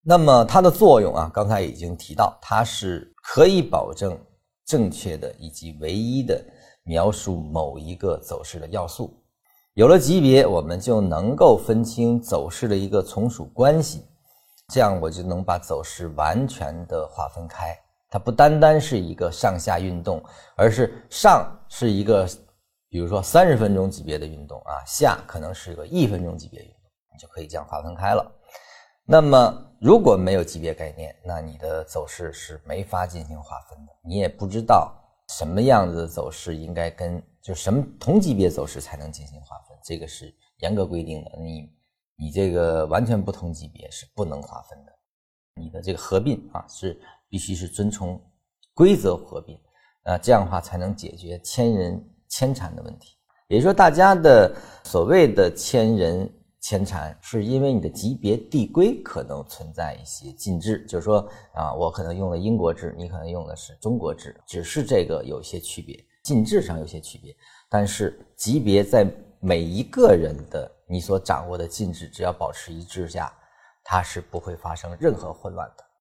那么它的作用啊，刚才已经提到，它是可以保证正确的以及唯一的描述某一个走势的要素。有了级别，我们就能够分清走势的一个从属关系，这样我就能把走势完全的划分开。它不单单是一个上下运动，而是上是一个比如说30分钟级别的运动啊，下可能是个1分钟级别运动，你就可以这样划分开了。那么如果没有级别概念，那你的走势是没法进行划分的，你也不知道什么样子的走势应该就什么同级别走势才能进行划分，这个是严格规定的，你这个完全不同级别是不能划分的。你的这个合并啊，必须是遵从规则合并，这样的话才能解决千人牵缠的问题。也就是说，大家的所谓的千人牵缠，是因为你的级别递归可能存在一些禁制，就是说我可能用了英国制，你可能用的是中国制，只是这个有一些区别，禁制上有些区别，但是级别在每一个人的你所掌握的禁制，只要保持一致下，它是不会发生任何混乱的。